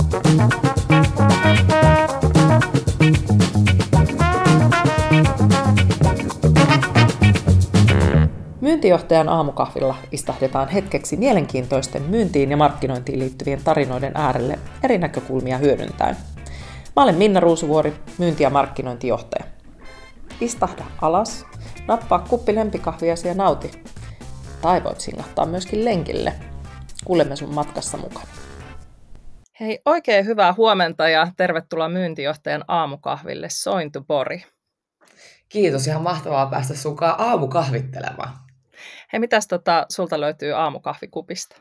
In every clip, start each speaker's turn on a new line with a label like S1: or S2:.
S1: Myyntijohtajan aamukahvilla istahdetaan hetkeksi mielenkiintoisten myyntiin ja markkinointiin liittyvien tarinoiden äärelle eri näkökulmia hyödyntäen. Mä olen Minna Ruusuvuori, myynti- ja markkinointijohtaja. Istahda alas, nappaa kuppi lempikahviasi ja nauti. Tai voit singahtaa myöskin lenkille. Kuulemme sun matkassa mukana. Hei, oikein hyvää huomenta ja tervetuloa myyntijohtajan aamukahville Sointu Pori.
S2: Kiitos, ihan mahtavaa päästä sunkaan aamukahvittelemaan.
S1: Hei, mitäs sulta löytyy aamukahvikupista?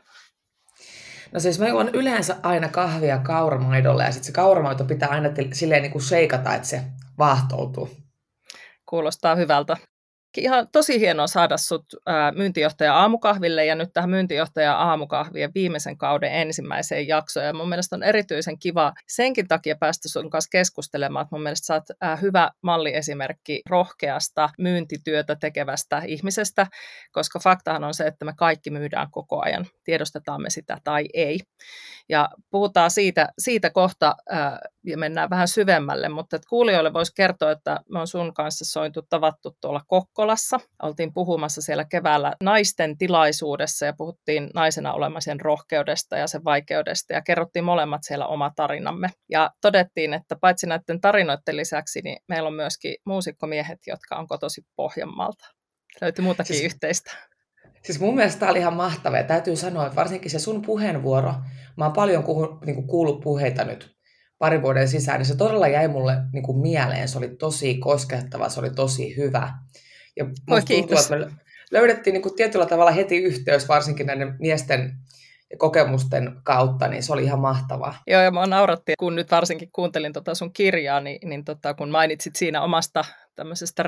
S2: No siis mä juon yleensä aina kahvia kauramaidolla ja sitten se kauramaito pitää aina silleen niin kuin sheikata, että se vaahtoutuu.
S1: Kuulostaa hyvältä. Ihan tosi hienoa saada sut myyntijohtaja aamukahville ja nyt tähän myyntijohtaja aamukahvien viimeisen kauden ensimmäiseen jaksoon. Ja mun mielestä on erityisen kiva senkin takia päästä sun kanssa keskustelemaan, että mun mielestä sä oot hyvä malliesimerkki rohkeasta myyntityötä tekevästä ihmisestä, koska faktahan on se, että me kaikki myydään koko ajan, tiedostetaan me sitä tai ei. Ja puhutaan siitä kohta ja mennään vähän syvemmälle, mutta kuulijoille voisi kertoa, että me on sun kanssa tavattu tuolla Kokkolassa. Oltiin puhumassa siellä keväällä naisten tilaisuudessa ja puhuttiin naisena olemisen rohkeudesta ja sen vaikeudesta ja kerrottiin molemmat siellä oma tarinamme. Ja todettiin, että paitsi näiden tarinoiden lisäksi, niin meillä on myöskin muusikkomiehet, jotka on kotoisin Pohjanmaalta. Löytyi muutakin yhteistä.
S2: Siis mun mielestä tämä oli ihan mahtavaa. Täytyy sanoa, että varsinkin se sun puheenvuoro, mä oon paljon kuullut puheita nyt parin vuoden sisään, niin se todella jäi mulle niin kuin mieleen. Se oli tosi koskettava, se oli tosi hyvä. Ja musta tuntuu, että me löydettiin niin kuin tietyllä tavalla heti yhteys, varsinkin näiden miesten kokemusten kautta, niin se oli ihan mahtavaa.
S1: Joo, ja mä naurattiin, kun nyt varsinkin kuuntelin sun kirjaa, niin kun mainitsit siinä omasta tämmöisestä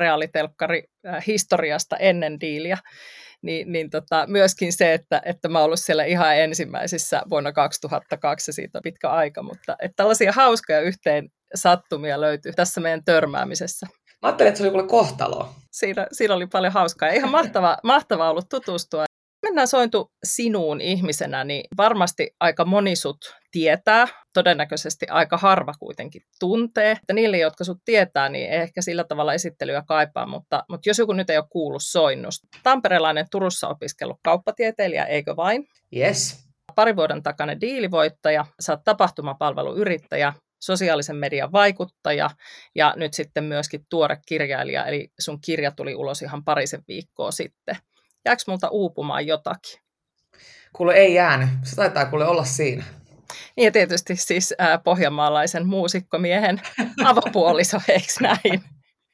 S1: reaalitelkkarihistoriasta ennen diiliä, niin myöskin se, että mä oon ollut siellä ihan ensimmäisissä vuonna 2002, ja siitä on pitkä aika, mutta että tällaisia hauskoja yhteen sattumia löytyy tässä meidän törmäämisessä.
S2: Mä ajattelin, että se oli kuule kohtalo.
S1: Siinä oli paljon hauskaa ja ihan mahtavaa ollut tutustua. Mennään Sointu sinuun ihmisenä, niin varmasti aika moni sut tietää, todennäköisesti aika harva kuitenkin tuntee. Että niille, jotka sut tietää, niin ei ehkä sillä tavalla esittelyä kaipaa, mutta jos joku nyt ei ole kuullut Soinnusta. Tamperelainen Turussa opiskellut kauppatieteilijä, eikö vain?
S2: Yes.
S1: Parin vuoden takainen diilivoittaja, sä oot tapahtumapalveluyrittäjä, sosiaalisen median vaikuttaja ja nyt sitten myöskin tuore kirjailija, eli sun kirja tuli ulos ihan parisen viikkoa sitten. Jääkö multa uupumaan jotakin?
S2: Kuule, ei jäänyt. Se taitaa kuule olla siinä.
S1: Niin ja tietysti siis pohjanmaalaisen muusikkomiehen avopuoliso, eikö näin?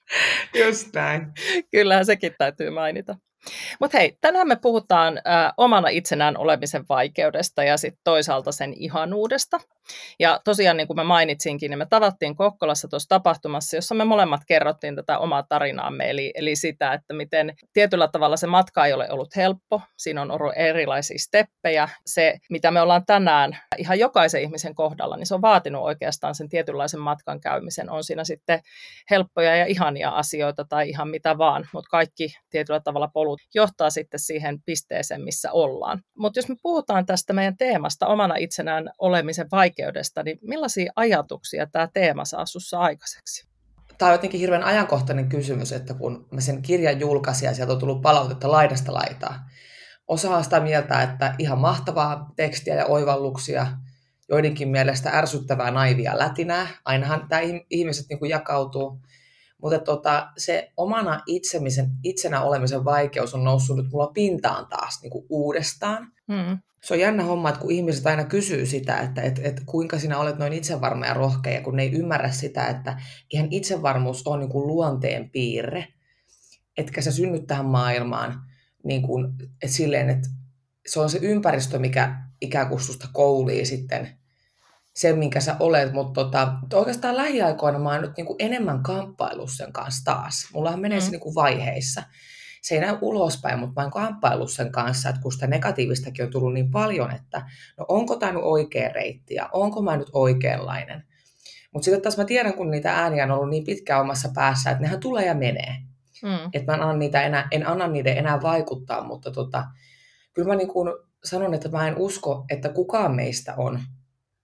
S2: Just näin.
S1: Kyllähän sekin täytyy mainita. Mutta hei, tänään me puhutaan omana itsenään olemisen vaikeudesta ja sitten toisaalta sen ihanuudesta. Ja tosiaan niin kuin mä mainitsinkin, niin me tavattiin Kokkolassa tuossa tapahtumassa, jossa me molemmat kerrottiin tätä omaa tarinaamme, eli sitä, että miten tietyllä tavalla se matka ei ole ollut helppo. Siinä on ollut erilaisia steppejä. Se, mitä me ollaan tänään ihan jokaisen ihmisen kohdalla, niin se on vaatinut oikeastaan sen tietynlaisen matkan käymisen. On siinä sitten helppoja ja ihania asioita tai ihan mitä vaan, mutta kaikki tietyllä tavalla polut johtaa sitten siihen pisteeseen, missä ollaan. Mutta jos me puhutaan tästä meidän teemasta omana itsenään olemisen vaikeudesta, niin millaisia ajatuksia tämä teema saa sussa aikaiseksi?
S2: Tämä on jotenkin hirveän ajankohtainen kysymys, että kun mä sen kirjan julkaisin ja sieltä on tullut palautetta laidasta laitaa. Osa on sitä mieltä, että ihan mahtavaa tekstiä ja oivalluksia, joidenkin mielestä ärsyttävää naivia lätinää. Ainahan tämä ihmiset niin kuin jakautuu. Mutta se omana itsenä olemisen vaikeus on noussut nyt mulla pintaan taas niin kuin uudestaan. Se on jännä homma, että kun ihmiset aina kysyy sitä, että kuinka sinä olet noin itsevarma ja rohkea, kun ne ei ymmärrä sitä, että ihan itsevarmuus on niin kuin luonteen piirre, etkä sä synnyt tähän maailmaan niin kuin, että silleen, että se on se ympäristö, mikä ikään kuin susta koulii sitten sen, minkä sä olet, mutta oikeastaan lähiaikoina mä oon nyt niin kuin enemmän kamppaillut sen kanssa taas. Mullahan menee se niin kuin vaiheissa. Se ei näy ulospäin, mutta mä oon kamppaillut sen kanssa, että kun sitä negatiivistakin on tullut niin paljon, että no onko tämä nyt oikea reitti ja onko mä nyt oikeanlainen. Mutta sitten taas mä tiedän, kun niitä ääniä on ollut niin pitkään omassa päässä, että nehän tulee ja menee. Että mä en anna niiden enää vaikuttaa, mutta kyllä mä niin kuin sanon, että mä en usko, että kukaan meistä on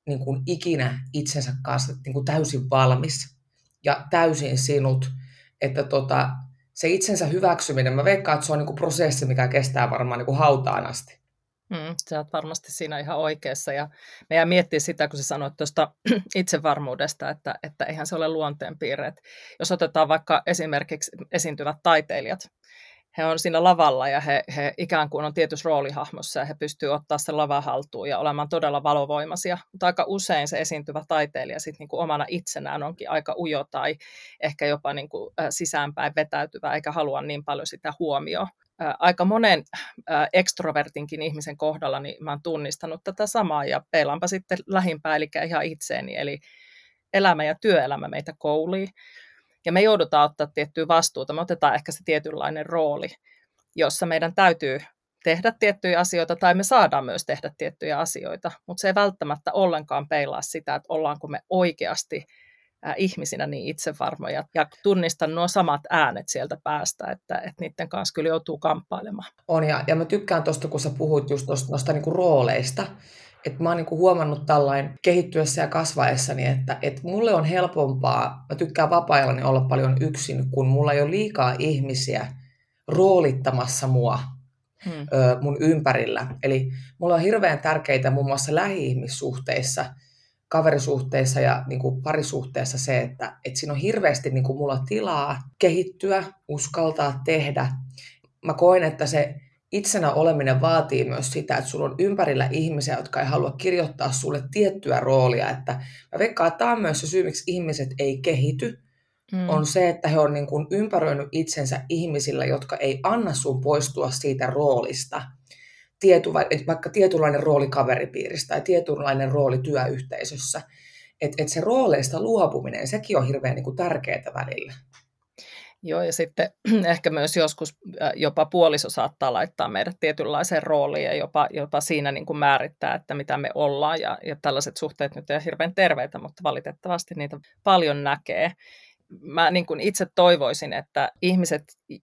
S2: niin kuin ikinä itsensä kanssa niin kuin täysin valmis ja täysin sinut, että se itsensä hyväksyminen, mä veikkaan, että se on niin kuin prosessi, mikä kestää varmaan niin kuin hautaan asti.
S1: Sä oot varmasti siinä ihan oikeassa, ja meidän miettii sitä, kun sä sanoit tuosta itsevarmuudesta, että eihän se ole luonteenpiirre. Jos otetaan vaikka esimerkiksi esiintyvät taiteilijat, he on siinä lavalla ja he ikään kuin on tietyssä roolihahmossa ja he pystyvät ottaa sen lavan haltuun ja olemaan todella valovoimaisia. Mutta aika usein se esiintyvä taiteilija sit niin kuin omana itsenään onkin aika ujo tai ehkä jopa niin kuin sisäänpäin vetäytyvä eikä halua niin paljon sitä huomioon. Aika monen ekstrovertinkin ihmisen kohdalla niin mä oon tunnistanut tätä samaa ja peilaanpa sitten lähimpää eli ihan itseeni. Eli elämä ja työelämä meitä koulii. Ja me joudutaan ottaa tiettyä vastuuta, me otetaan ehkä se tietynlainen rooli, jossa meidän täytyy tehdä tiettyjä asioita tai me saadaan myös tehdä tiettyjä asioita, mutta se ei välttämättä ollenkaan peilaa sitä, että ollaanko me oikeasti ihmisinä niin itsevarmoja ja tunnistan nuo samat äänet sieltä päästä, että niiden kanssa kyllä joutuu kamppailemaan.
S2: On ja mä tykkään tuosta, kun sä puhuit just noista niinku rooleista, että mä oon niinku huomannut tällainen kehittyessä ja kasvaessani, että mulle on helpompaa, mä tykkään vapaa-ajallani olla paljon yksin, kun mulla ei ole liikaa ihmisiä roolittamassa mua mun ympärillä. Eli mulla on hirveän tärkeitä muun muassa lähi-ihmissuhteissa, kaverisuhteissa ja niin kuin parisuhteessa se, että siinä on hirveästi niin kuin mulla tilaa kehittyä, uskaltaa tehdä. Mä koen, että se itsenä oleminen vaatii myös sitä, että sulla on ympärillä ihmisiä, jotka ei halua kirjoittaa sulle tiettyä roolia. Että mä veikkaan, että tämä on myös se syy, miksi ihmiset ei kehity, on se, että he on niin kuin ympäröinyt itsensä ihmisillä, jotka ei anna sun poistua siitä roolista. Vaikka tietynlainen rooli kaveripiirissä tai tietynlainen rooli työyhteisössä. Että se rooleista luopuminen, sekin on hirveän niin kuin tärkeää välillä.
S1: Joo, ja sitten ehkä myös joskus jopa puoliso saattaa laittaa meidät tietynlaiseen rooliin ja jopa siinä niin kuin määrittää, että mitä me ollaan. Ja tällaiset suhteet nyt ei ole hirveän terveitä, mutta valitettavasti niitä paljon näkee. Mä niin kuin itse toivoisin, että ihmiset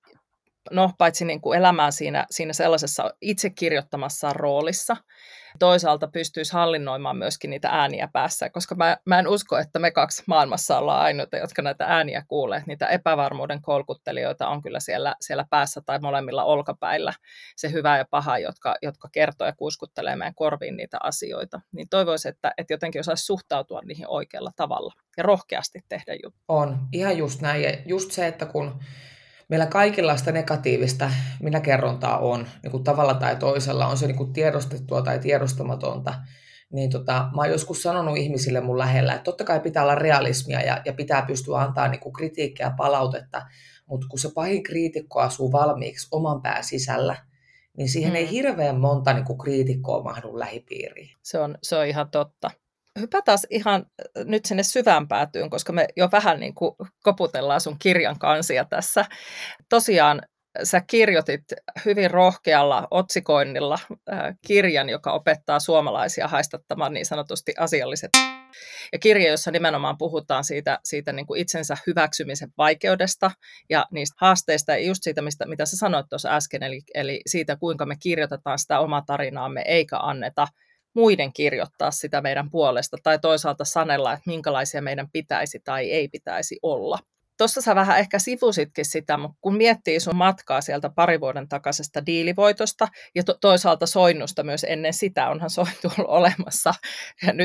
S1: paitsi niin kuin elämään siinä sellaisessa itse kirjoittamassaan roolissa, toisaalta pystyisi hallinnoimaan myöskin niitä ääniä päässä, koska mä en usko, että me kaksi maailmassa ollaan ainoita, jotka näitä ääniä kuulee. Niitä epävarmuuden kolkuttelijoita on kyllä siellä päässä tai molemmilla olkapäillä, se hyvä ja paha, jotka kertoo ja kuiskuttelee meidän korviin niitä asioita. Niin toivoisin, että jotenkin osaisi suhtautua niihin oikealla tavalla ja rohkeasti tehdä juttuja.
S2: On, ihan just näin. Ja just se, että kun meillä kaikenlaista negatiivista minäkerrontaa on niin kuin tavalla tai toisella, on se niin kuin tiedostettua tai tiedostamatonta, niin mä oon joskus sanonut ihmisille mun lähellä, että totta kai pitää olla realismia ja pitää pystyä antaa niin kuin kritiikkiä ja palautetta, mutta kun se pahin kriitikko asuu valmiiksi oman pään sisällä, niin siihen ei hirveän monta niin kuin kriitikkoa mahdu lähipiiriin.
S1: Se on ihan totta. Hypätään ihan nyt sinne syvään päätyyn, koska me jo vähän niin kuin koputellaan sun kirjan kansia tässä. Tosiaan sä kirjoitit hyvin rohkealla otsikoinnilla kirjan, joka opettaa suomalaisia haistattamaan niin sanotusti asialliset. Ja kirja, jossa nimenomaan puhutaan siitä niin kuin itsensä hyväksymisen vaikeudesta ja niistä haasteista ja just siitä, mitä sä sanoit tuossa äsken, eli siitä, kuinka me kirjoitetaan sitä omaa tarinaamme eikä anneta muiden kirjoittaa sitä meidän puolesta tai toisaalta sanella, että minkälaisia meidän pitäisi tai ei pitäisi olla. Tuossa sä vähän ehkä sivusitkin sitä, mutta kun miettii sun matkaa sieltä 2 vuoden takaisesta diilivoitosta ja toisaalta Soinnusta myös ennen sitä, onhan Sointu ollut olemassa nyt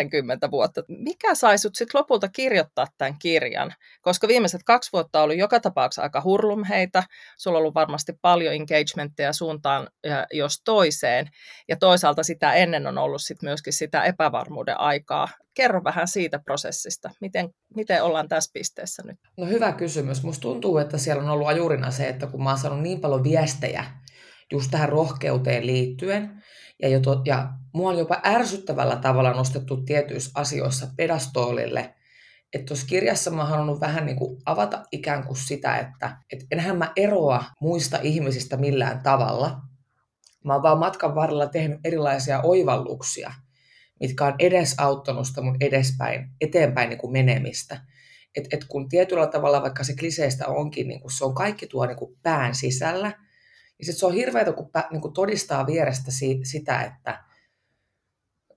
S1: 30 vuotta. Mikä sai sut sitten lopulta kirjoittaa tämän kirjan? Koska viimeiset 2 vuotta on ollut joka tapauksessa aika hurlumheitä, sulla on ollut varmasti paljon engagementteja suuntaan jos toiseen ja toisaalta sitä ennen on ollut sit myöskin sitä epävarmuuden aikaa. Kerro vähän siitä prosessista. Miten ollaan tässä pisteessä nyt?
S2: No hyvä kysymys. Musta tuntuu, että siellä on ollut ajurina se, että kun mä oon saanut niin paljon viestejä just tähän rohkeuteen liittyen, ja mua on jopa ärsyttävällä tavalla nostettu tietyissä asioissa pedastoolille, että tuossa kirjassa mä oon halunnut vähän niin kuin avata ikään kuin sitä, että enhän mä eroa muista ihmisistä millään tavalla. Mä oon vaan matkan varrella tehnyt erilaisia oivalluksia, mitkä on edesauttanut sitä mun eteenpäin niin kuin menemistä. Et kun tietyllä tavalla, vaikka se kliseistä onkin, niin kun se on kaikki tuo niin kuin pään sisällä, niin sit se on hirveätä, kun niin kuin todistaa vierestä sitä, että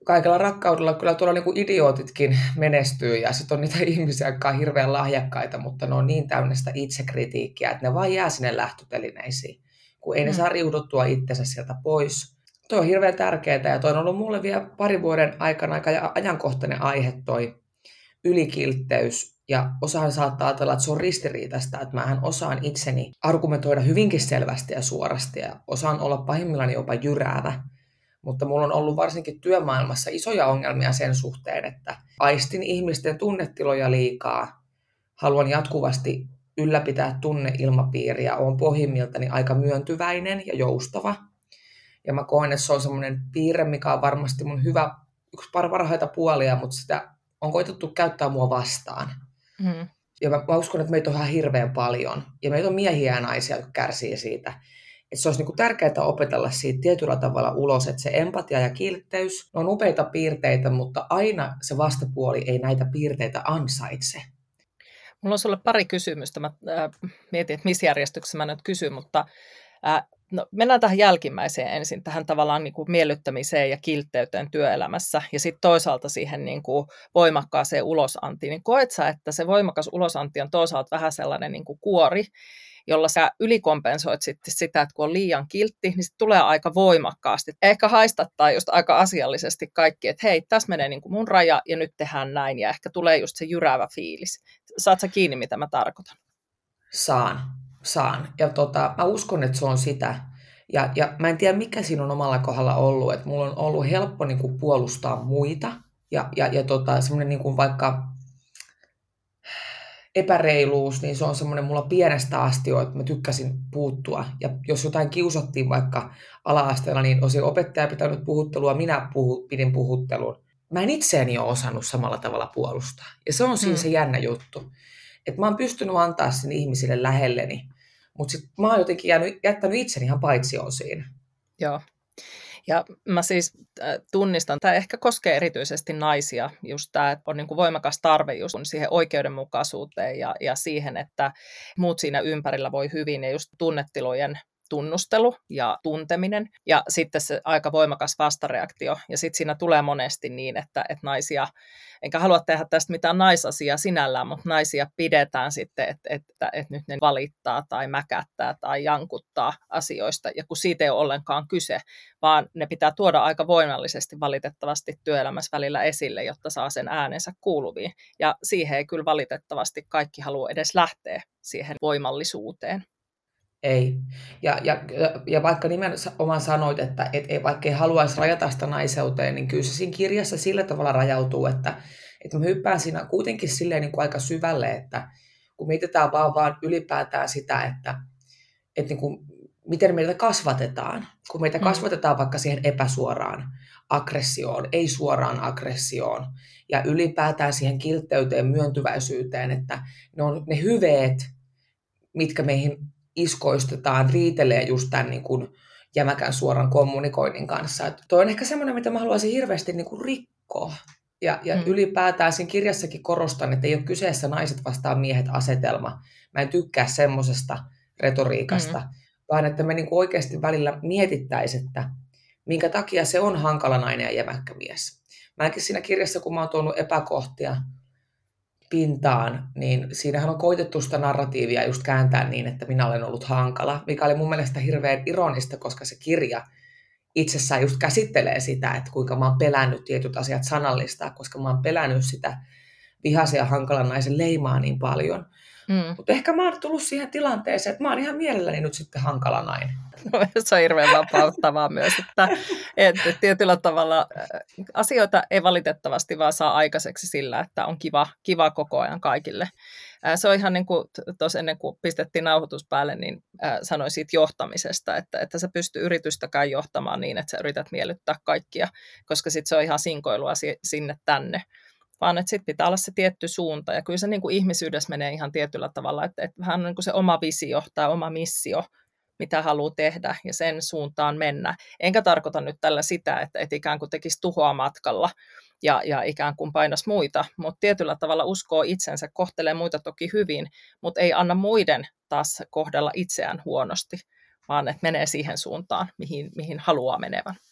S2: kaikella rakkaudella kyllä tuolla niin kuin idiootitkin menestyy ja sitten on niitä ihmisiä, jotka on hirveän lahjakkaita, mutta ne on niin täynnä sitä itsekritiikkiä, että ne vaan jää sinne lähtötelineisiin, kun ei ne saa riuduttua itsensä sieltä pois. Tuo on hirveän tärkeää ja toi on ollut mulle vielä 2 vuoden aikana aika ajankohtainen aihe toi ylikiltteys. Ja osahan saattaa ajatella, että se on ristiriitaista, että mähän osaan itseni argumentoida hyvinkin selvästi ja suorasti ja osaan olla pahimmillaan jopa jyräävä. Mutta mulla on ollut varsinkin työmaailmassa isoja ongelmia sen suhteen, että aistin ihmisten tunnetiloja liikaa. Haluan jatkuvasti ylläpitää tunneilmapiiriä. Olen pohjimmiltani aika myöntyväinen ja joustava. Ja mä koen, että se on semmoinen piirre, mikä on varmasti mun hyvä, yksi parhaita puolia, mutta sitä on koitettu käyttää mua vastaan. Ja mä uskon, että meitä on ihan hirveän paljon. Ja meitä on miehiä ja naisia, jotka kärsii siitä. Että se olisi niin kuin tärkeää opetella siitä tietyllä tavalla ulos, että se empatia ja kiltteys on upeita piirteitä, mutta aina se vastapuoli ei näitä piirteitä ansaitse.
S1: Mulla on sulle pari kysymystä. Mä mietin, että missä järjestyksessä mä nyt kysyn, mutta no, mennään tähän jälkimmäiseen ensin, tähän tavallaan niin kuin miellyttämiseen ja kiltteyteen työelämässä ja sitten toisaalta siihen niin kuin voimakkaaseen ulosantiin. Niin koet sä, että se voimakas ulosanti on toisaalta vähän sellainen niin kuin kuori, jolla sä ylikompensoit sitten sitä, että kun on liian kiltti, niin se tulee aika voimakkaasti. Ehkä haistattaa just aika asiallisesti kaikki, että hei, tässä menee niin kuin mun raja ja nyt tehdään näin ja ehkä tulee just se jyräävä fiilis. Saat sä kiinni, mitä mä tarkoitan?
S2: Saan. Ja mä uskon, että se on sitä. Ja mä en tiedä, mikä siinä on omalla kohdalla ollut. Että mulla on ollut helppo niin kuin puolustaa muita. Ja semmoinen niin kuin vaikka epäreiluus, niin se on semmoinen mulla pienestä asti jo, että mä tykkäsin puuttua. Ja jos jotain kiusattiin vaikka ala-asteella, niin olisi opettaja pitänyt puhuttelua, minä pidin puhuttelun. Mä en itseäni ole osannut samalla tavalla puolustaa. Ja se on siinä se jännä juttu. Että mä oon pystynyt antaa sen ihmisille lähelleni, mutta sitten mä oon jotenkin jättänyt itseni ihan paitsioon siinä.
S1: Joo. Ja mä siis tunnistan, tämä ehkä koskee erityisesti naisia, just tämä, että on niin kuin voimakas tarve just siihen oikeudenmukaisuuteen ja siihen, että muut siinä ympärillä voi hyvin ja just tunnetilojen tunnustelu ja tunteminen ja sitten se aika voimakas vastareaktio. Ja sitten siinä tulee monesti niin, että naisia, enkä halua tehdä tästä mitään naisasiaa sinällään, mutta naisia pidetään sitten, että nyt ne valittaa tai mäkättää tai jankuttaa asioista. Ja kun siitä ei ole ollenkaan kyse, vaan ne pitää tuoda aika voimallisesti valitettavasti työelämässä välillä esille, jotta saa sen äänensä kuuluviin. Ja siihen ei kyllä valitettavasti kaikki halua edes lähteä siihen voimallisuuteen.
S2: Ei. Ja vaikka nimenomaan sanoit, että vaikka ei haluaisi rajata sitä naiseuteen, niin kyllä se siinä kirjassa sillä tavalla rajautuu, että mä hyppään siinä kuitenkin silleen niin kuin aika syvälle, että kun mietitään vaan ylipäätään sitä, että niin kuin, miten meitä kasvatetaan. Kun meitä kasvatetaan vaikka siihen epäsuoraan aggressioon, ei suoraan aggressioon ja ylipäätään siihen kiltteyteen, myöntyväisyyteen, että ne on ne hyveet, mitkä meihin iskoistetaan, riitelee just tämän niin kuin jämäkän suoran kommunikoinnin kanssa. Tuo on ehkä semmoinen, mitä mä haluaisin hirveästi niin kuin rikkoa. Ja ylipäätään siinä kirjassakin korostan, että ei ole kyseessä naiset vastaan miehet -asetelma. Mä en tykkää semmoisesta retoriikasta, vaan että me niin kuin oikeasti välillä mietittäisiin, että minkä takia se on hankala nainen ja jämäkkä mies. Mäkin siinä kirjassa, kun mä oon tuonut epäkohtia pintaan, niin siinähän on koitettu sitä narratiivia just kääntää niin, että minä olen ollut hankala, mikä oli mun mielestä hirveän ironista, koska se kirja itsessään just käsittelee sitä, että kuinka mä oon pelännyt tietyt asiat sanallistaa, koska mä oon pelännyt sitä vihaisen ja hankalan naisen leimaa niin paljon. Mutta ehkä mä oon tullut siihen tilanteeseen, että mä oon ihan mielelläni nyt sitten hankala nainen.
S1: No, se on hirveän vapauttavaa myös, että tietyllä tavalla asioita ei valitettavasti vaan saa aikaiseksi sillä, että on kiva koko ajan kaikille. Se on ihan niin kuin tuossa ennen kuin pistettiin nauhoitus päälle, niin sanoin siitä johtamisesta, että sä pystyy yritystäkään johtamaan niin, että sä yrität miellyttää kaikkia, koska sitten se on ihan sinkoilua sinne tänne. Vaan että sitten pitää olla se tietty suunta. Ja kyllä se niin kuin ihmisyydessä menee ihan tietyllä tavalla, että vähän on niin kuin se oma visio tai oma missio, mitä haluaa tehdä ja sen suuntaan mennä. Enkä tarkoita nyt tällä sitä, että ikään kuin tekisi tuhoa matkalla ja ikään kuin painaisi muita, mutta tietyllä tavalla uskoo itsensä, kohtelee muita toki hyvin, mutta ei anna muiden taas kohdella itseään huonosti, vaan että menee siihen suuntaan, mihin haluaa menevän.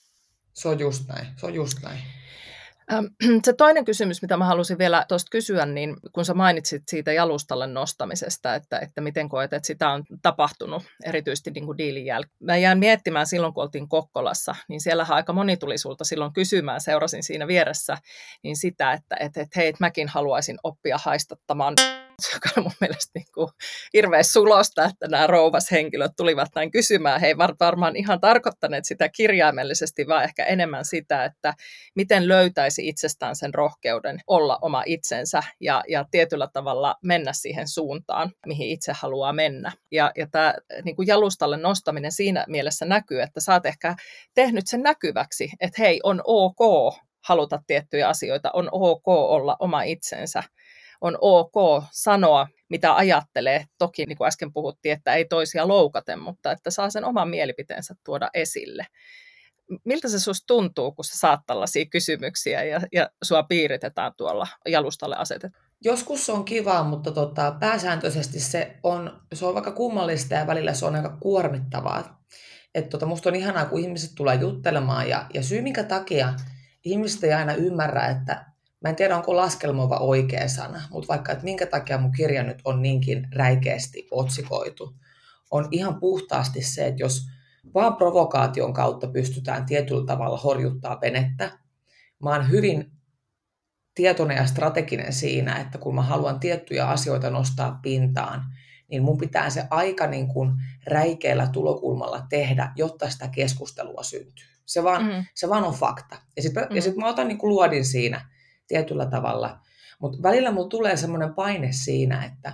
S2: Se on just näin, se on just näin.
S1: Se toinen kysymys, mitä mä halusin vielä tuosta kysyä, niin kun sä mainitsit siitä jalustalle nostamisesta, että miten koet, että sitä on tapahtunut erityisesti niin kuin diilin jälkeen. Mä jään miettimään silloin, kun oltiin Kokkolassa, niin siellähän aika moni tuli sulta silloin kysymään, seurasin siinä vieressä, niin sitä, että hei, mäkin haluaisin oppia haistattamaan, joka on mun mielestä niin kuin hirveän sulosta, että nämä rouvashenkilöt tulivat näin kysymään. He ei varmaan ihan tarkoittaneet sitä kirjaimellisesti, vaan ehkä enemmän sitä, että miten löytäisi itsestään sen rohkeuden olla oma itsensä ja tietyllä tavalla mennä siihen suuntaan, mihin itse haluaa mennä. Ja tämä niin kuin jalustalle nostaminen siinä mielessä näkyy, että sä oot ehkä tehnyt sen näkyväksi, että hei, on ok haluta tiettyjä asioita, on ok olla oma itsensä. On ok sanoa, mitä ajattelee. Toki, niin kuin äsken puhuttiin, että ei toisia loukaten, mutta että saa sen oman mielipiteensä tuoda esille. Miltä se susta tuntuu, kun sä saat tällaisia kysymyksiä ja sua piiritetään tuolla jalustalle asetettu?
S2: Joskus se on kivaa, mutta pääsääntöisesti se on vaikka kummallista ja välillä se on aika kuormittavaa. Musta on ihanaa, kun ihmiset tulee juttelemaan ja syy, minkä takia ihmiset ei aina ymmärrä, että mä en tiedä, onko laskelmova oikea sana, mutta vaikka, että minkä takia mun kirja nyt on niinkin räikeästi otsikoitu, on ihan puhtaasti se, että jos vaan provokaation kautta pystytään tietyllä tavalla horjuttaa venettä, mä oon hyvin tietoinen ja strateginen siinä, että kun mä haluan tiettyjä asioita nostaa pintaan, niin mun pitää se aika niin kuin räikeällä tulokulmalla tehdä, jotta sitä keskustelua syntyy. Se vaan on fakta. Ja sit mä otan niin kuin luodin siinä tietyllä tavalla. Mutta välillä mulla tulee semmoinen paine siinä, että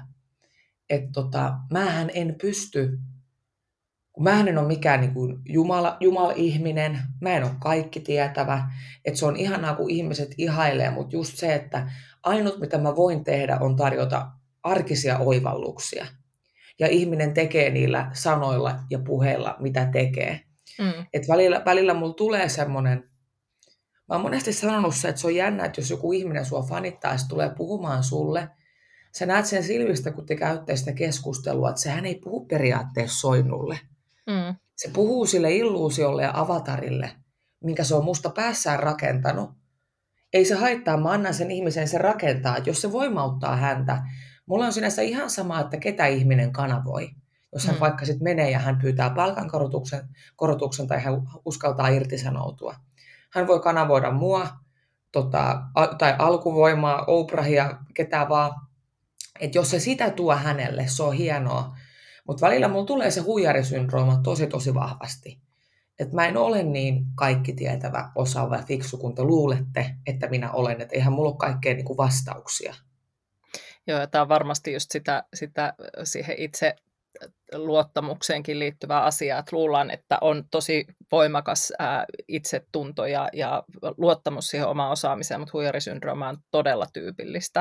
S2: mähän en pysty, kun mähän en ole mikään niin kuin Jumala-ihminen, mä en ole kaikki tietävä, että se on ihanaa, kun ihmiset ihailee, mutta just se, että ainut mitä mä voin tehdä on tarjota arkisia oivalluksia. Ja ihminen tekee niillä sanoilla ja puheilla, mitä tekee. Et välillä mulla tulee semmoinen, mä oon monesti sanonut se, että se on jännä, että jos joku ihminen sua fanittaa ja se tulee puhumaan sulle, sä näet sen silmistä, kun te käytte sitä keskustelua, että sehän ei puhu periaatteessa soinnulle. Se puhuu sille illuusiolle ja avatarille, minkä se on musta päässään rakentanut. Ei se haittaa, mä annan sen ihmisen se rakentaa, että jos se voimauttaa häntä, mulla on sinänsä ihan sama, että ketä ihminen kanavoi. Jos hän vaikka sitten menee ja hän pyytää palkankorotuksen tai hän uskaltaa irtisanoutua. Hän voi kanavoida mua, tai Alkuvoimaa, Oprahia, ketä vaan. Että jos se sitä tuo hänelle, se on hienoa. Mutta välillä mulla tulee se huijarisyndrooma tosi vahvasti. Että mä en ole niin kaikki tietävä, osaava ja fiksu, kun te luulette, että minä olen. Että eihän mulla ole kaikkea niinku vastauksia.
S1: Joo, ja tämä on varmasti just sitä siihen itse luottamukseenkin liittyvää asiaa, että luullaan, että on tosi voimakas itsetunto ja luottamus siihen omaan osaamiseen, mutta huijarisyndrooma on todella tyypillistä.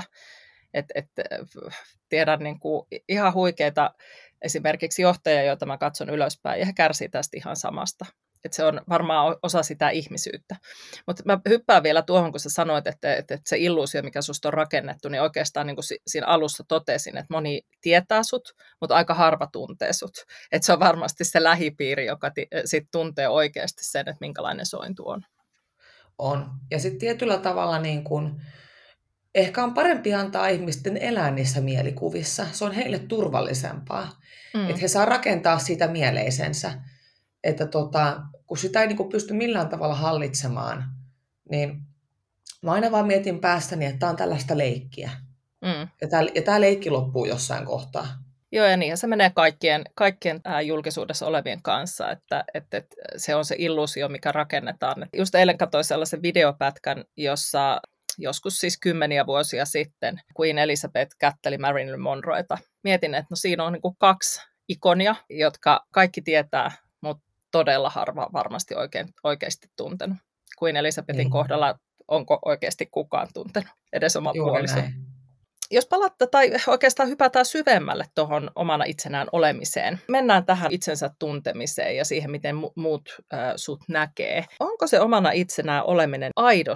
S1: Tiedän niin kuin ihan huikeita esimerkiksi johtajia, joita mä katson ylöspäin, ja he kärsivät tästä ihan samasta. Se on varmaan osa sitä ihmisyyttä. Mutta mä hyppään vielä tuohon, kun sä sanoit, että se illuusio, mikä susta on rakennettu, niin oikeastaan niin kuin siinä alussa totesin, että moni tietää sut, mutta aika harva tuntee sut. Että se on varmasti se lähipiiri, joka sit tuntee oikeasti sen, että minkälainen sointu on.
S2: On. Ja sitten tietyllä tavalla niin kun, ehkä on parempi antaa ihmisten elää niissä mielikuvissa. Se on heille turvallisempaa. Että he saa rakentaa siitä mieleisensä. Että kun sitä ei niin kuin pysty millään tavalla hallitsemaan, niin mä aina vaan mietin päässäni, että tämä on tällaista leikkiä. Ja tämä leikki loppuu jossain kohtaa.
S1: Joo, ja niinhän se menee kaikkien julkisuudessa olevien kanssa, että se on se illuusio, mikä rakennetaan. Just eilen katsoin sellaisen videopätkän, jossa joskus siis 10 vuosia sitten Queen Elizabeth kätteli Marilyn Monroeta. Mietin, että no siinä on niin kuin 2 ikonia, jotka kaikki tietää, mutta todella harva varmasti oikeasti tuntenut. Queen Elizabethin kohdalla onko oikeasti kukaan tuntenut, edes oma puoliso. Jos palatta tai oikeastaan hypätään syvemmälle tuohon omana itsenään olemiseen, mennään tähän itsensä tuntemiseen ja siihen, miten muut sut näkee. Onko se omana itsenään oleminen aidosti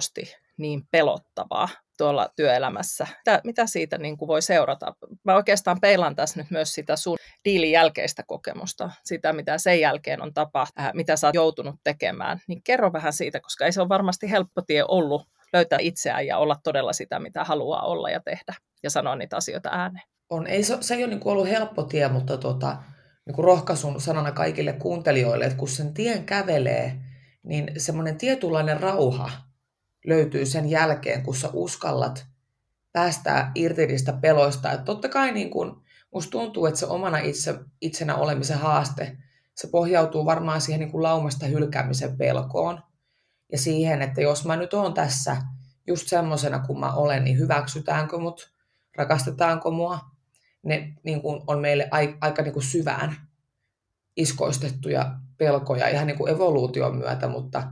S1: niin pelottavaa tuolla työelämässä. Mitä siitä niin kuin voi seurata? Mä oikeastaan peilan tässä nyt myös sitä sun diilin jälkeistä kokemusta, sitä mitä sen jälkeen on tapahtunut, mitä sä oot joutunut tekemään. Niin kerro vähän siitä, koska ei se ole varmasti helppo tie ollut löytää itseään ja olla todella sitä, mitä haluaa olla ja tehdä ja sanoa niitä asioita ääneen.
S2: Se ei ole niin kuin ollut helppo tie, mutta niin kuin rohkaisun sanana kaikille kuuntelijoille, että kun sen tien kävelee, niin semmoinen tietynlainen rauha löytyy sen jälkeen, kun sä uskallat päästää irti niistä peloista. Että totta kai niin kun, musta tuntuu, että se omana itsenä olemisen haaste, se pohjautuu varmaan siihen niin kuin laumasta hylkäämisen pelkoon. Ja siihen, että jos mä nyt oon tässä just semmosena kuin mä olen, niin hyväksytäänkö mut, rakastetaanko mua. Ne niin kuin on meille aika niin kuin syvään iskoistettuja pelkoja ihan niin kuin evoluution myötä, mutta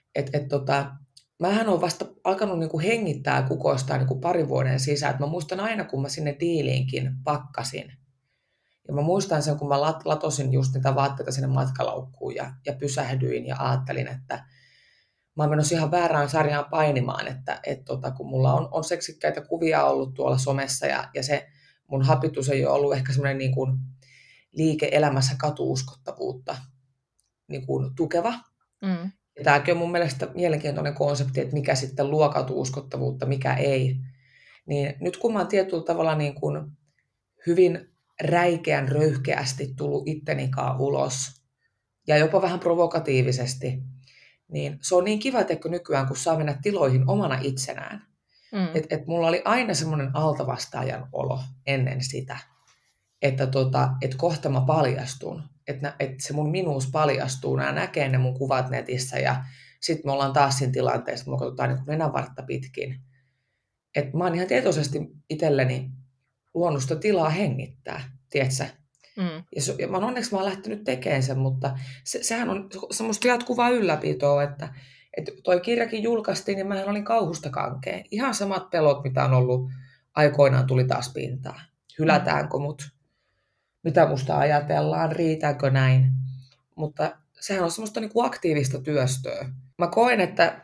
S2: mähän olen vasta alkanut niin kuin hengittää ja kukoistaa niin kuin parin vuoden sisään. Mä muistan aina, kun mä sinne diiliinkin pakkasin. Ja mä muistan sen, kun mä latosin just niitä vaatteita sinne matkalaukkuun ja pysähdyin ja ajattelin, että mä oon menossa ihan väärään sarjaan painimaan, että kun mulla on seksikkäitä kuvia ollut tuolla somessa ja se mun hapitus ei ole ollut ehkä semmoinen niin kuin liike-elämässä katuuskottavuutta niin kuin tukeva. Mm. Ja tämäkin on mun mielestä mielenkiintoinen konsepti, että mikä sitten luo katuuskottavuutta, mikä ei. Niin nyt kun mä oon tietyllä tavalla niin kuin hyvin räikeän röyhkeästi tullut ittenikaan ulos ja jopa vähän provokatiivisesti, niin se on niin kiva, että nykyään kun saa mennä tiloihin omana itsenään. Et mulla oli aina semmoinen altavastaajan olo ennen sitä, että kohta mä paljastun. Että se mun minuus paljastuu, nämä näkee ne mun kuvat netissä ja sitten me ollaan taas siinä tilanteessa, että me katsotaan niin nenänvartta pitkin. Että mä oon ihan tietoisesti itselleni luonut sitä tilaa hengittää, tiedätkö? Ja mä oon lähtenyt tekemään sen, mutta sehän on semmoista jatkuvaa ylläpitoa, että toi kirjakin julkaistiin, niin mähän olin kauhusta kankea. Ihan samat pelot, mitä on ollut aikoinaan, tuli taas pintaan. Hylätäänkö mut? Mitä musta ajatellaan? Riitääkö näin? Mutta sehän on semmoista niin kuin aktiivista työstöä. Mä koen, että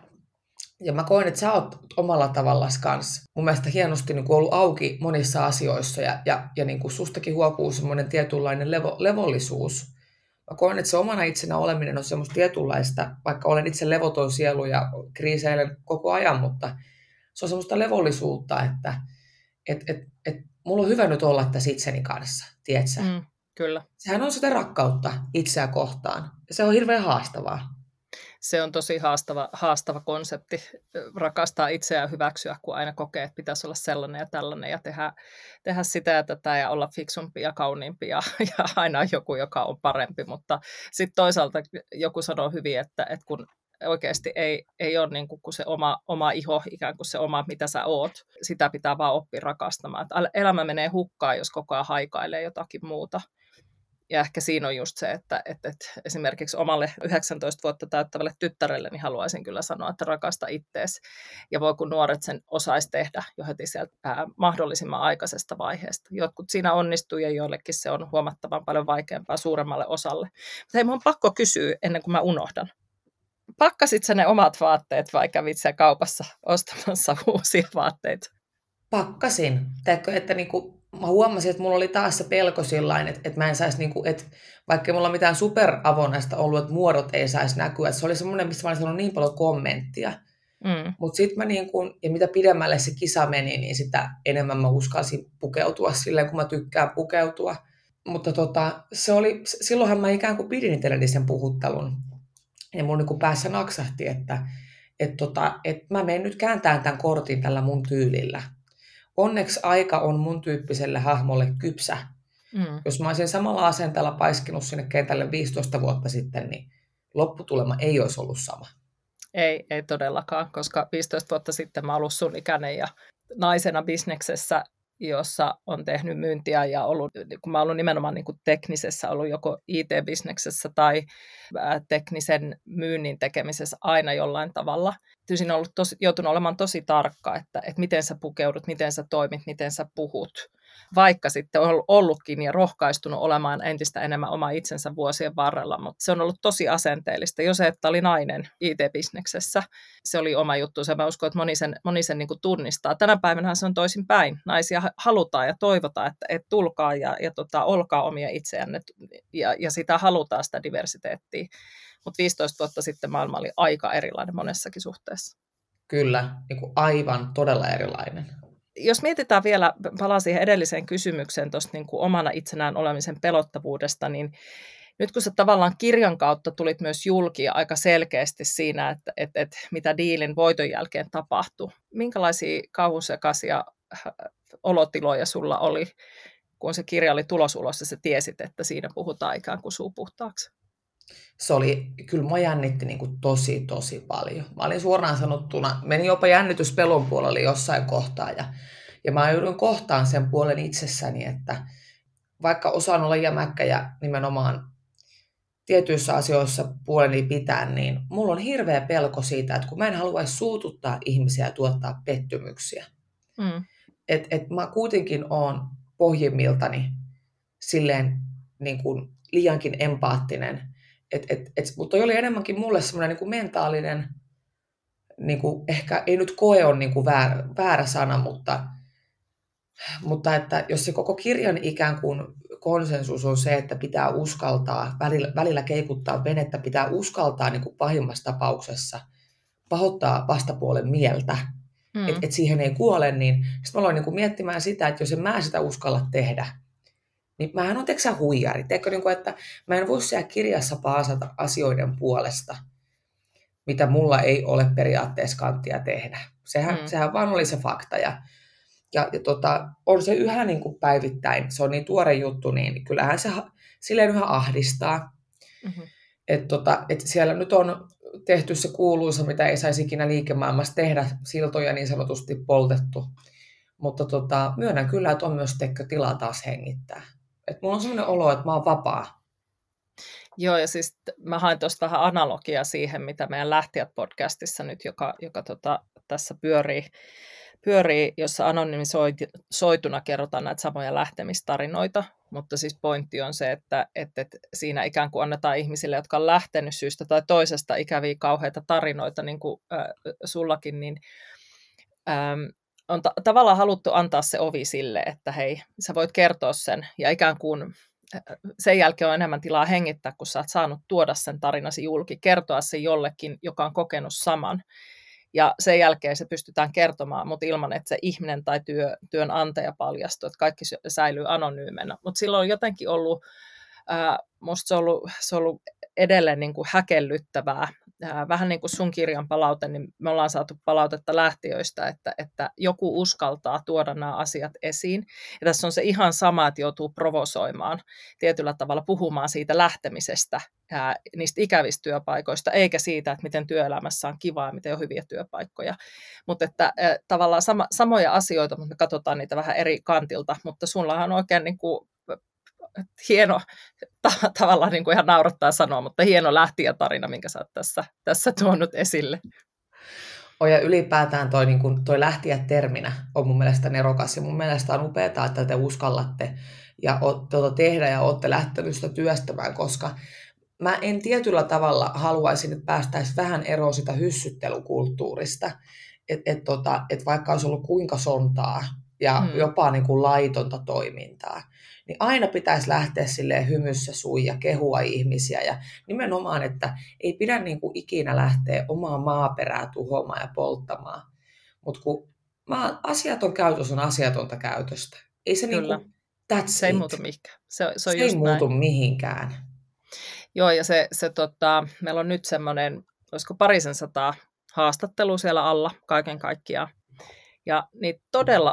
S2: sä oot omalla tavallaan kanssa mun mielestä hienosti niin kuin ollut auki monissa asioissa ja niin kuin sustakin huokuu semmoinen tietynlainen levollisuus. Mä koen, että se omana itsenä oleminen on semmoista tietynlaista, vaikka olen itse levoton sielu ja kriiseilen koko ajan, mutta se on semmoista levollisuutta, että mulla on hyvä nyt olla tässä itseni kanssa, tiedätkö?
S1: Kyllä.
S2: Sehän on sitä rakkautta itseä kohtaan ja se on hirveän haastavaa.
S1: Se on tosi haastava konsepti, rakastaa itseään ja hyväksyä, kun aina kokee, että pitäisi olla sellainen ja tällainen ja tehdä sitä ja tätä ja olla fiksumpi ja kauniimpi ja aina on joku, joka on parempi, mutta sitten toisaalta joku sanoo hyvin, että kun oikeasti ei ole niin kuin se oma iho, ikään kuin se oma, mitä sä oot, sitä pitää vaan oppia rakastamaan. Että elämä menee hukkaan, jos koko ajan haikailee jotakin muuta. Ja ehkä siinä on just se, että esimerkiksi omalle 19 vuotta täyttävälle tyttärelle niin haluaisin kyllä sanoa, että rakasta ittees. Ja voi kun nuoret sen osaisi tehdä jo heti sieltä mahdollisimman aikaisesta vaiheesta. Jotkut siinä onnistuu ja joillekin se on huomattavan paljon vaikeampaa suuremmalle osalle. Mutta hei, mun on pakko kysyä ennen kuin mä unohdan. Pakkasit sä ne omat vaatteet vai kävit sä kaupassa ostamassa uusia vaatteita?
S2: Pakkasin. Teekö, että niinku mä huomasin, että mulla oli taas se pelko sillain, että mä en saisi, niinku, että vaikka mulla mitään superavonaista ollut, että muodot ei saisi näkyä. Että se oli semmoinen, missä mä olin sanonut niin paljon kommenttia. Mutta sitten mä niinku, ja mitä pidemmälle se kisa meni, niin sitä enemmän mä uskalsin pukeutua silleen, kun mä tykkään pukeutua. Mutta silloinhan mä ikään kuin pidin itselleni sen puhuttelun. Ja mulla niinku päässä naksahti, että mä menen nyt kääntämään tämän kortin tällä mun tyylillä. Onneksi aika on mun tyyppiselle hahmolle kypsä. Jos mä olisin samalla asenteella paiskinut sinne kentälle 15 vuotta sitten, niin lopputulema ei olisi ollut sama.
S1: Ei todellakaan, koska 15 vuotta sitten mä olen ollut sun ikäinen ja naisena bisneksessä, jossa on tehnyt myyntiä ja ollut, kun mä olen nimenomaan niin kuin teknisessä, ollut joko IT-bisneksessä tai teknisen myynnin tekemisessä aina jollain tavalla. Siinä on joutunut olemaan tosi tarkka, että miten sä pukeudut, miten sä toimit, miten sä puhut. vaikka sitten on ollutkin ja rohkaistunut olemaan entistä enemmän oma itsensä vuosien varrella, mutta se on ollut tosi asenteellista. Jo se, että oli nainen IT-bisneksessä, se oli oma juttu. Mä uskon, että moni sen niin kuin tunnistaa. Tänä päivänä se on toisin päin. Naisia halutaan ja toivotaan, että tulkaa ja olkaa omia itseänne ja sitä halutaan sitä diversiteettiä. Mutta 15 vuotta sitten maailma oli aika erilainen monessakin suhteessa.
S2: Kyllä, niin kuin aivan todella erilainen.
S1: Jos mietitään vielä, palaan siihen edelliseen kysymykseen tuosta niin kuin omana itsenään olemisen pelottavuudesta, niin nyt kun sä tavallaan kirjan kautta tulit myös julki aika selkeästi siinä, että mitä diilin voiton jälkeen tapahtui, minkälaisia kauhusekaisia olotiloja sulla oli, kun se kirja oli tulos ulos ja sä tiesit, että siinä puhutaan ikään kuin suu puhtaaksi?
S2: Se oli, kyllä mua jännitti niin kuin tosi paljon. Mä olin suoraan sanottuna, meni jopa jännitys pelon puolelle jossain kohtaa ja mä joudun kohtaan sen puolen itsessäni, että vaikka osaan olla jämäkkä ja nimenomaan tietyissä asioissa puoleni pitää, niin mulla on hirveä pelko siitä, että kun mä en haluaisi suututtaa ihmisiä ja tuottaa pettymyksiä. Et mä kuitenkin oon pohjimmiltani silleen niin kuin liiankin empaattinen. Mutta toi oli enemmänkin mulle semmoinen niin kuin mentaalinen, niin kuin, ehkä ei nyt koe on niin kuin väärä sana, mutta että jos se koko kirjan ikään kuin konsensus on se, että pitää uskaltaa, välillä keikuttaa venettä, pitää uskaltaa niin kuin pahimmassa tapauksessa pahoittaa vastapuolen mieltä, että siihen ei kuole, niin sitten mä aloin niin kuin miettimään sitä, että jos en mä sitä uskalla tehdä, niin mähän on huijari. Teekö, niin kuin, että mä en voi siellä kirjassa paasata asioiden puolesta, mitä mulla ei ole periaatteessa kanttia tehdä. Sehän vaan oli se fakta. Ja on se yhä niin kuin päivittäin, se on niin tuore juttu, niin kyllähän se silleen yhä ahdistaa. Että siellä nyt on tehty se kuuluisa, mitä ei saisi ikinä liikemaailmassa tehdä, siltoja niin sanotusti poltettu. Mutta myönnän kyllä, että on myös tilaa taas hengittää. Että mulla on sellainen olo, että mä oon vapaa.
S1: Joo, ja siis mä haen tuosta vähän analogiaa siihen, mitä meidän Lähtijät-podcastissa nyt, joka tässä pyörii, jossa anonymisoituna kerrotaan näitä samoja lähtemistarinoita, mutta siis pointti on se, että siinä ikään kuin annetaan ihmisille, jotka on lähtenyt syystä tai toisesta ikäviä kauheita tarinoita, niin kuin sullakin, niin on tavallaan haluttu antaa se ovi sille, että hei, sä voit kertoa sen, ja ikään kuin sen jälkeen on enemmän tilaa hengittää, kun sä oot saanut tuoda sen tarinasi julki, kertoa se jollekin, joka on kokenut saman. Ja sen jälkeen se pystytään kertomaan, mutta ilman, että se ihminen tai työnantaja paljastuu, että kaikki säilyy anonyymenä. Mutta silloin on jotenkin ollut, musta se on ollut edelleen niin kuin häkellyttävää. Vähän niin kuin sun kirjan palaute, niin me ollaan saatu palautetta lähtiöistä, että joku uskaltaa tuoda nämä asiat esiin. Ja tässä on se ihan sama, että joutuu provosoimaan tietyllä tavalla, puhumaan siitä lähtemisestä, niistä ikävistä työpaikoista, eikä siitä, että miten työelämässä on kivaa ja miten on hyviä työpaikkoja. Mutta että tavallaan samoja asioita, mutta me katsotaan niitä vähän eri kantilta, mutta sullahan on oikein niin kuin hieno, tavallaan niin kuin ihan naurattaa sanoa, mutta hieno lähtijätarina, minkä sä oot tässä tuonut esille.
S2: Ja ylipäätään toi lähtijä-terminä on mun mielestä nerokas ja mun mielestä on upeaa, että te uskallatte ja tehdä ja olette lähtenyt sitä työstämään, koska mä en tietyllä tavalla haluaisin, että päästäisiin vähän eroon sitä hyssyttelykulttuurista, että vaikka olisi ollut kuinka sontaa ja jopa niin kuin laitonta toimintaa, niin aina pitäisi lähteä silleen hymyssä suin ja kehua ihmisiä. Ja nimenomaan, että ei pidä niin kuin ikinä lähteä omaa maaperää tuhoamaan ja polttamaan. Mutta kun asiaton käytös on asiatonta käytöstä. Ei se
S1: Kyllä.
S2: Niin kuin,
S1: se ei muutu mihinkään. Se
S2: ei muutu mihinkään.
S1: Joo, ja meillä on nyt semmoinen, olisiko 200 haastattelua siellä alla kaiken kaikkiaan. Ja niitä todella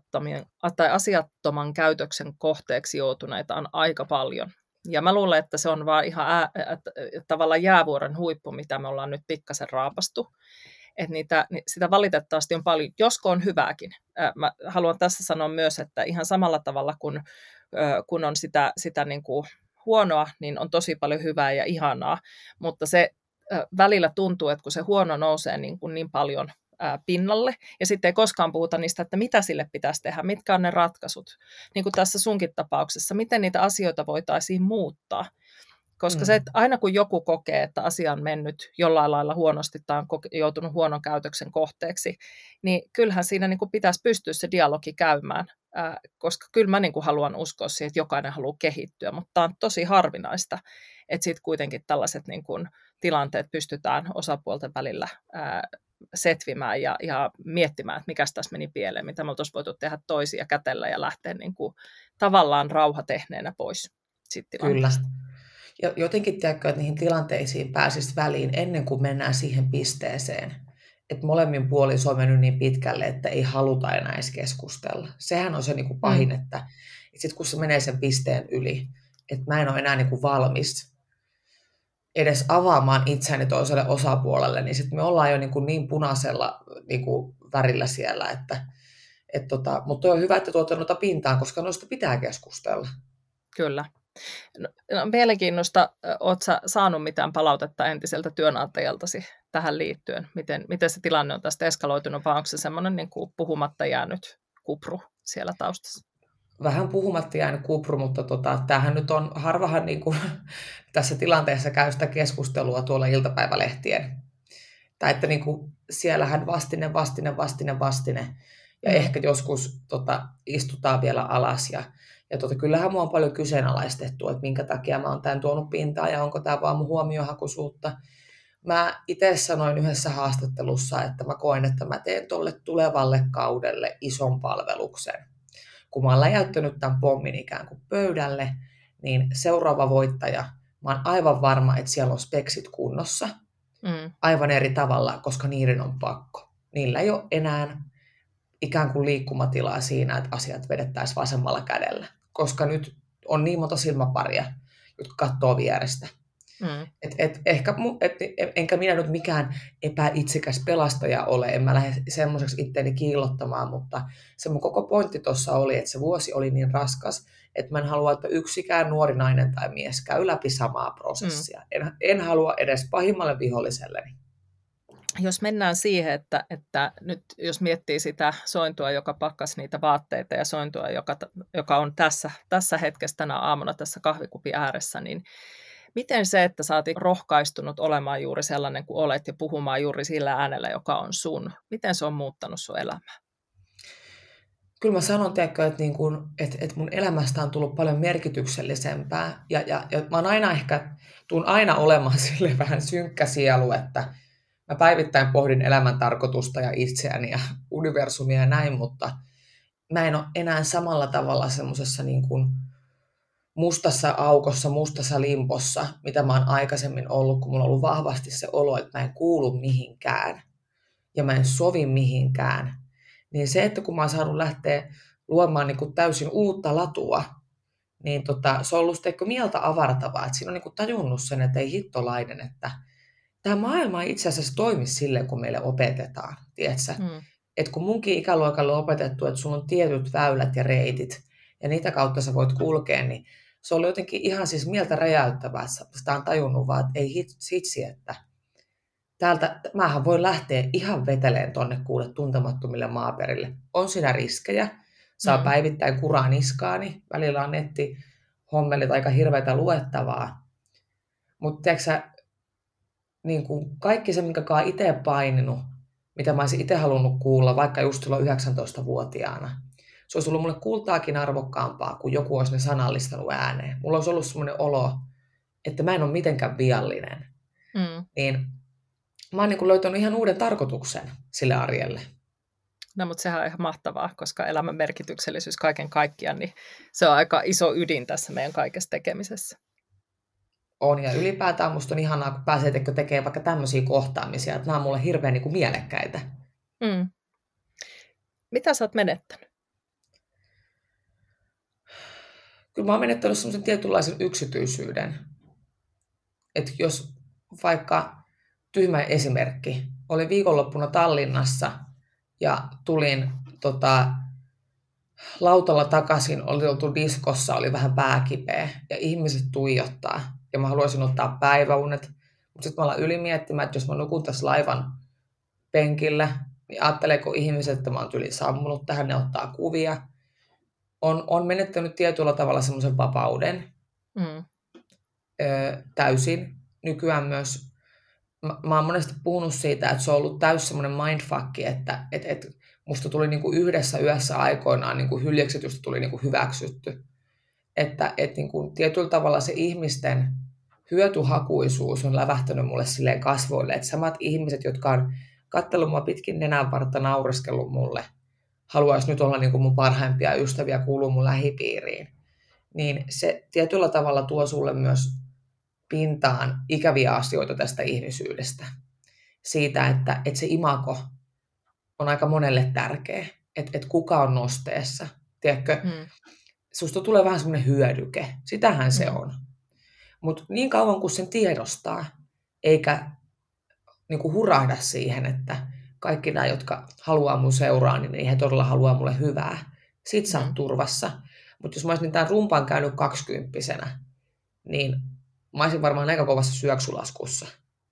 S1: asiattoman käytöksen kohteeksi joutuneita on aika paljon. Ja mä luulen, että se on vaan ihan tavallaan jäävuoren huippu, mitä me ollaan nyt pikkasen raapastu. Että sitä valitettavasti on paljon, josko on hyvääkin. Mä haluan tässä sanoa myös, että ihan samalla tavalla kun on sitä niin kuin huonoa, niin on tosi paljon hyvää ja ihanaa. Mutta se välillä tuntuu, että kun se huono nousee niin paljon pinnalle, ja sitten ei koskaan puhuta niistä, että mitä sille pitäisi tehdä, mitkä on ne ratkaisut. Niin kuin tässä sunkin tapauksessa, miten niitä asioita voitaisiin muuttaa. Koska se, että aina kun joku kokee, että asia on mennyt jollain lailla huonosti tai on joutunut huonon käytöksen kohteeksi, niin kyllähän siinä niin kuin pitäisi pystyä se dialogi käymään. Koska kyllä mä niin kuin haluan uskoa siihen, että jokainen haluaa kehittyä, mutta tämä on tosi harvinaista, että sitten kuitenkin tällaiset niin kuin tilanteet pystytään osapuolten välillä setvimään ja miettimään, että mikä tässä meni pieleen, mitä me oltaisiin voitu tehdä toisia kätellä ja lähteä niin kuin tavallaan rauhatehneenä pois siitä tilanteesta.
S2: Kyllä. Ja jotenkin tiedätkö, että niihin tilanteisiin pääsisi väliin ennen kuin mennään siihen pisteeseen, että molemmin puolin se on mennyt niin pitkälle, että ei haluta enää edes keskustella. Sehän on se niin kuin pahin, että sitten kun se menee sen pisteen yli, että mä en ole enää niin kuin valmis edes avaamaan itseäni toiselle osapuolelle, niin sitten me ollaan jo niin punaisella niin kuin värillä siellä. Mutta on hyvä, että tuotte noita pintaan, koska noista pitää keskustella.
S1: Kyllä. No, mielenkiinnosta, oletko sä saanut mitään palautetta entiseltä työnantajaltasi tähän liittyen? Miten se tilanne on tästä eskaloitunut, vai onko se semmoinen niin kuin puhumatta jäänyt kupru siellä taustassa?
S2: Vähän puhumatta jäänyt kupru, mutta tämähän nyt on, harvahan niin kuin, tässä tilanteessa käy sitä keskustelua tuolla iltapäivälehtien. Tai että niin kuin, siellähän vastine. Ja ehkä joskus istutaan vielä alas. Ja kyllähän mua on paljon kyseenalaistettu, että minkä takia mä oon tämän tuonut pintaan ja onko tämä vaan mun huomiohakuisuutta. Mä itse sanoin yhdessä haastattelussa, että mä koen, että mä teen tuolle tulevalle kaudelle ison palveluksen. Kun mä oon läjäyttänyt tämän pommin ikään kuin pöydälle, niin seuraava voittaja, mä oon aivan varma, että siellä on speksit kunnossa. Aivan eri tavalla, koska niiden on pakko. Niillä ei ole enää ikään kuin liikkumatilaa siinä, että asiat vedettäisiin vasemmalla kädellä. Koska nyt on niin monta silmäparia, jotka katsoo vierestä. Enkä minä nyt mikään epäitsekäs pelastaja ole, en mä lähde semmoiseksi itteeni kiillottamaan, mutta se mun koko pointti tuossa oli, että se vuosi oli niin raskas, että mä en halua, että yksikään nuori nainen tai mies käy läpi samaa prosessia. En halua edes pahimmalle viholliselleni.
S1: Jos mennään siihen, että nyt jos miettii sitä Sointua, joka pakkasi niitä vaatteita ja Sointua, joka on tässä hetkessä tänä aamuna tässä kahvikupin ääressä, niin miten se, että sä oot rohkaistunut olemaan juuri sellainen kuin olet ja puhumaan juuri sillä äänellä, joka on sun, miten se on muuttanut sun elämää?
S2: Kyllä mä sanon, että mun elämästä on tullut paljon merkityksellisempää ja mä oon tuun aina olemaan sille vähän synkkä sielu, että mä päivittäin pohdin elämän tarkoitusta ja itseäni ja universumia ja näin, mutta mä en ole enää samalla tavalla semmoisessa niin kuin mustassa aukossa, mustassa limpossa, mitä mä oon aikaisemmin ollut, kun mulla on ollut vahvasti se olo, että mä en kuulu mihinkään ja mä en sovi mihinkään. Niin se, että kun mä oon saanut lähteä luomaan niin kuin täysin uutta latua, niin se on ollut mieltä avartavaa, että siinä on niin kuin tajunnut sen, että ei hittolainen, että tämä maailma ei itse asiassa toimi silleen, kun meille opetetaan, tiedätkö? Että kun munkin ikäluokalle on opetettu, että sulla on tietyt väylät ja reitit, ja niitä kautta sä voit kulkea, niin se oli jotenkin ihan siis mieltä räjäyttävää, että sitä on tajunnut vaan, että ei hitsi, että täältä mähän voin lähteä ihan veteleen tonne kuule tuntemattomille maaperille. On siinä riskejä, saa päivittäin kuraa niskaani, välillä on nettihommelit aika hirveätä luettavaa, mutta tiedätkö sä, niin kuin kaikki se, minkä kaan itse paininut, mitä mä olisin itse halunnut kuulla, vaikka just silloin 19-vuotiaana. Se olisi ollut mulle kultaakin arvokkaampaa, kun joku olisi ne sanallistanut ääneen. Mulla olisi ollut semmoinen olo, että mä en ole mitenkään viallinen. Niin mä oon niin kuin löytänyt ihan uuden tarkoituksen sille arjelle.
S1: No, mutta sehän on ihan mahtavaa, koska elämän merkityksellisyys kaiken kaikkiaan, niin se on aika iso ydin tässä meidän kaikessa tekemisessä.
S2: On, ja ylipäätään musta on ihanaa, kun pääsee tekemään vaikka tämmöisiä kohtaamisia, että nämä on mulle hirveän niin kuin mielekkäitä.
S1: Mitä sä oot menettänyt?
S2: Kyllä mä oon menettänyt semmoisen tietynlaisen yksityisyyden. Että jos vaikka tyhmä esimerkki, olin viikonloppuna Tallinnassa ja tulin lautalla takaisin, oli oltu diskossa, oli vähän pääkipeä ja ihmiset tuijottaa. Ja mä haluaisin ottaa päiväunet, mutta sitten mä ollaan ylimiettimään, että jos mä nukun tässä laivan penkillä, niin ajatteleeko ihmiset, että mä oon tyli sammunut tähän, ne ottaa kuvia. On menettänyt tietyllä tavalla semmoisen vapauden täysin. Nykyään myös, mä oon monesti puhunut siitä, että se on ollut täys semmoinen mindfuck, että musta tuli niinku yhdessä yössä aikoinaan niinku hyljeksetystä tuli niinku hyväksytty. Että niinku tietyllä tavalla se ihmisten hyötyhakuisuus on lävähtänyt mulle silleen kasvoille, että samat ihmiset, jotka on katsellut mua pitkin nenänvartta, naureskellut mulle, haluaisi nyt olla niin kuin mun parhaimpia ystäviä, kuuluu mun lähipiiriin, niin se tietyllä tavalla tuo sulle myös pintaan ikäviä asioita tästä ihmisyydestä. Siitä, että se imago on aika monelle tärkeä, että kuka on nosteessa. Tiedätkö, susta tulee vähän semmoinen hyödyke, sitähän se on. Mutta niin kauan kuin sen tiedostaa, eikä niinku hurahda siihen, että kaikki nämä, jotka haluaa mun seuraa, niin he todella haluaa mulle hyvää. Sit sä oot turvassa. Mutta jos mä olisin tämän rumpan käynyt 20-vuotiaana, niin mä olisin varmaan aika kovassa syöksylaskussa.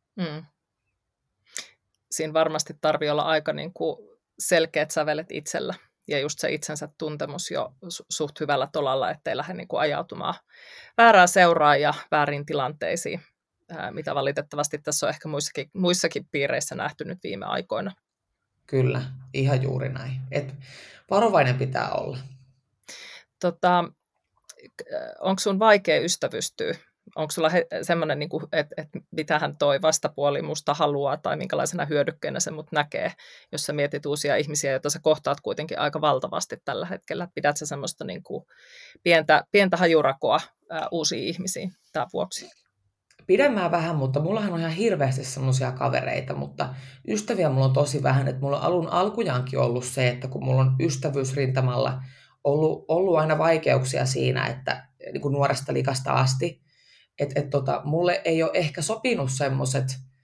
S1: Siinä varmasti tarvii olla aika niin kuin selkeät sävelet itsellä. Ja just se itsensä tuntemus jo suht hyvällä tolalla, ettei lähde niin kuin ajautumaan väärää seuraa ja väärin tilanteisiin, mitä valitettavasti tässä on ehkä muissakin piireissä nähty nyt viime aikoina.
S2: Kyllä, ihan juuri näin. Et varovainen pitää olla.
S1: Onko sun vaikea ystävystyä? Onko sulla semmoinen, niin että mitähän toi vastapuoli musta haluaa tai minkälaisena hyödykkeenä se mut näkee, jos sä mietit uusia ihmisiä, joita sä kohtaat kuitenkin aika valtavasti tällä hetkellä? Pidät sä semmoista niin kuin pientä hajurakoa uusiin ihmisiin tämän vuoksi?
S2: Pidemmään vähän, mutta mullahan on ihan hirveästi semmoisia kavereita, mutta ystäviä mulla on tosi vähän, että mulla on alun alkujaankin ollut se, että kun mulla on ystävyysrintamalla ollut aina vaikeuksia siinä, että niin kuin nuoresta likasta asti, mulle ei ole ehkä sopinut semmoiset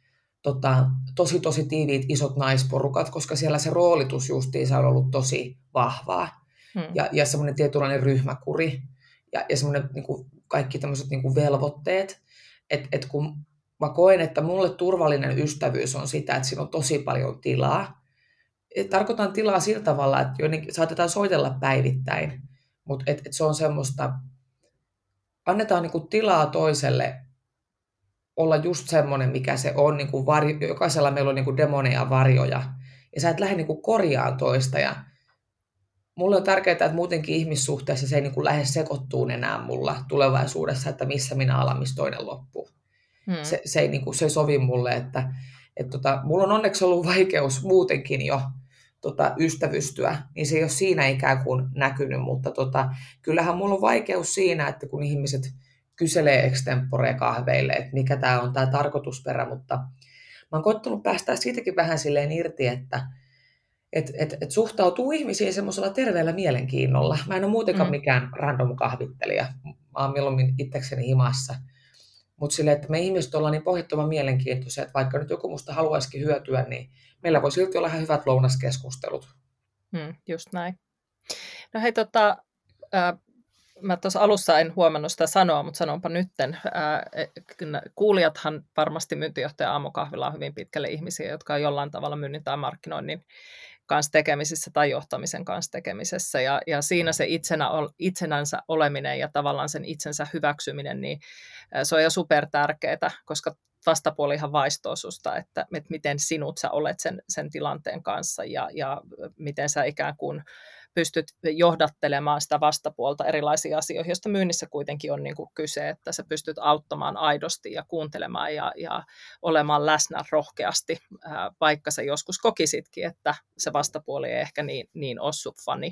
S2: tosi tiiviit isot naisporukat, koska siellä se roolitus justiinsa on ollut tosi vahvaa ja semmoinen tietynlainen ryhmäkuri ja semmoinen niin kuin kaikki tämmöiset niin kuin velvoitteet, että kun mä koen, että mulle turvallinen ystävyys on sitä, että siinä on tosi paljon tilaa. Tarkoitan tilaa sillä tavalla, että saatetaan soitella päivittäin, mutta se on semmoista, annetaan niinku tilaa toiselle olla just semmoinen, mikä se on. Niinku jokaisella meillä on niinku demoneja varjoja, ja sä et lähde niinku korjaan toista. Ja mulle on tärkeää, että muutenkin ihmissuhteessa se ei niinku lähde sekoittuun enää mulla tulevaisuudessa, että missä minä alan, missä toinen loppuu. Se ei sovi mulle, että mulla on onneksi ollut vaikeus muutenkin jo ystävystyä, niin se ei ole siinä ikään kuin näkynyt, mutta kyllähän mulla on vaikeus siinä, että kun ihmiset kyselee extempore kahveille, että mikä tämä on tämä tarkoitusperä, mutta mä oon koittanut päästää siitäkin vähän silleen irti, että suhtautuu ihmisiin semmoisella terveellä mielenkiinnolla. Mä en ole muutenkaan mikään random kahvittelija, mä oon mieluummin itsekseni himassa. Mutta silleen, että me ihmiset ollaan niin pohjattoman mielenkiintoisia, että vaikka nyt joku musta haluaisikin hyötyä, niin meillä voi silti olla ihan hyvät lounaskeskustelut.
S1: Just näin. No hei, mä tuossa alussa en huomannut sitä sanoa, mutta sanonpa nytten. Kuulijathan varmasti Myyntijohtaja aamukahvilla on hyvin pitkälle ihmisiä, jotka on jollain tavalla myynnin tai markkinoinnin kanssa tekemisissä tai johtamisen kanssa tekemisessä. Ja siinä se itsenänsä oleminen ja tavallaan sen itsensä hyväksyminen, niin se on jo super tärkeää, koska vastapuolihan vaistoo susta, että miten sinut sä olet sen tilanteen kanssa ja miten sä ikään kuin pystyt johdattelemaan sitä vastapuolta erilaisiin asioihin, joista myynnissä kuitenkin on niin kuin kyse, että sä pystyt auttamaan aidosti ja kuuntelemaan ja olemaan läsnä rohkeasti, vaikka sä joskus kokisitkin, että se vastapuoli ei ehkä niin ole sun fani.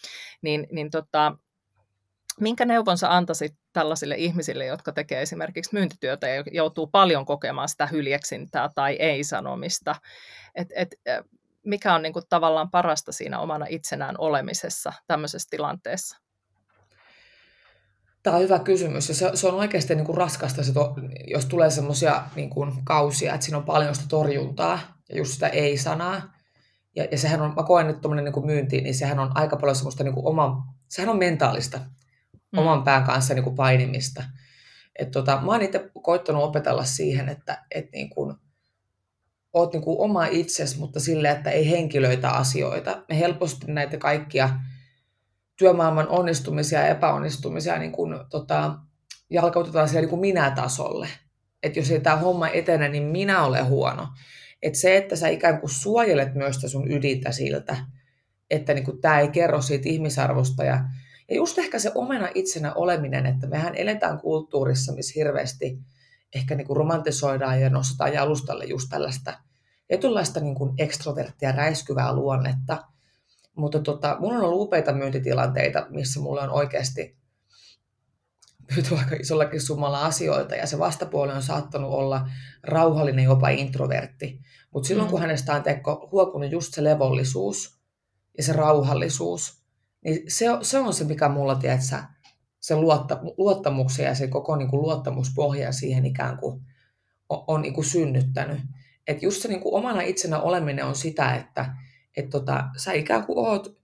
S1: Minkä neuvon sä antaisit tällaisille ihmisille, jotka tekee esimerkiksi myyntityötä ja joutuu paljon kokemaan sitä hyljeksintää tai ei-sanomista? Mikä on niin kuin tavallaan parasta siinä omana itsenään olemisessa tämmöisessä tilanteessa?
S2: Tämä on hyvä kysymys ja se on oikeasti niin kuin raskasta, jos tulee semmoisia niin kuin kausia, että siinä on paljon sitä torjuntaa ja just sitä ei-sanaa. Ja sehän on, mä koen nyt tuommoinen niin kuin myynti, niin sehän on aika paljon semmoista niin kuin sehän on mentaalista, oman pään kanssa niin kuin painimista. Mä oon itse koittanut opetella siihen, että niin kuin oot niin kuin oma itsesi, mutta silleen, että ei henkilöitä asioita. Me helposti näitä kaikkia työmaailman onnistumisia ja epäonnistumisia niin kuin, jalkautetaan siellä niin kuin minä-tasolle. Että jos ei tämä homma etene, niin minä olen huono. Että se, että sä ikään kuin suojelet myös sitä sun ydintä siltä, että niin kuin tämä ei kerro siitä ihmisarvosta. Ja just ehkä se omena itsenä oleminen, että mehän eletään kulttuurissa, missä hirveästi ehkä niin kuin romantisoidaan ja nostetaan jalustalle just tällaista etunlaista niin kuin ekstroverttia, räiskyvää luonnetta. Mutta mulla on ollut upeita myyntitilanteita, missä mulle on oikeasti myyty aika isollakin summalla asioita, ja se vastapuoli on saattanut olla rauhallinen, jopa introvertti. Mutta silloin, kun hänestä on huokunut just se levollisuus ja se rauhallisuus, niin se on se, mikä mulla, tiedätkö, se luottamuksen ja se koko niin kuin luottamuspohja siihen ikään kuin on niin kuin synnyttänyt. Että just se niin kuin omana itsenä oleminen on sitä, että sä ikään kuin oot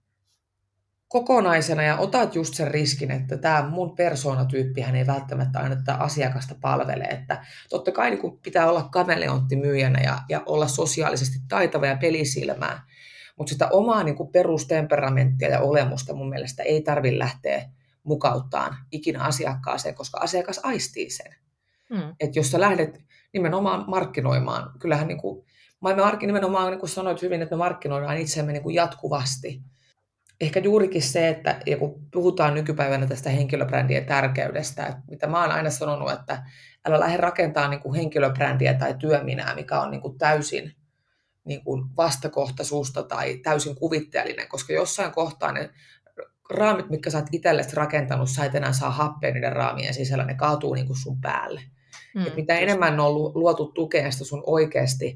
S2: kokonaisena ja otat just sen riskin, että tämä mun persoonatyyppihän ei välttämättä aina tätä asiakasta palvele. Että totta kai niin pitää olla kameleontti myyjänä ja olla sosiaalisesti taitava ja pelisilmää, mutta sitä omaa niin kuin perustemperamenttia ja olemusta mun mielestä ei tarvitse lähteä mukauttaan ikinä asiakkaaseen, koska asiakas aistii sen. Että jos sä lähdet nimenomaan markkinoimaan, kyllähän niin kuin, nimenomaan niin kuin sanoit hyvin, että me markkinoidaan itseämme niin kuin jatkuvasti. Ehkä juurikin se, että ja kun puhutaan nykypäivänä tästä henkilöbrändien tärkeydestä, että mitä mä oon aina sanonut, että älä lähde rakentamaan niin kuin henkilöbrändiä tai työminää, mikä on niin kuin täysin niin kuin vastakohtaisuusta tai täysin kuvitteellinen, koska jossain kohtaa ne raamit, mitkä sä oot itsellesi rakentanut, sä et enää saa happea niiden raamien sisällä, ne kaatuu niin kuin sun päälle. Et mitä enemmän ne on luotu tukea sitä sun oikeasti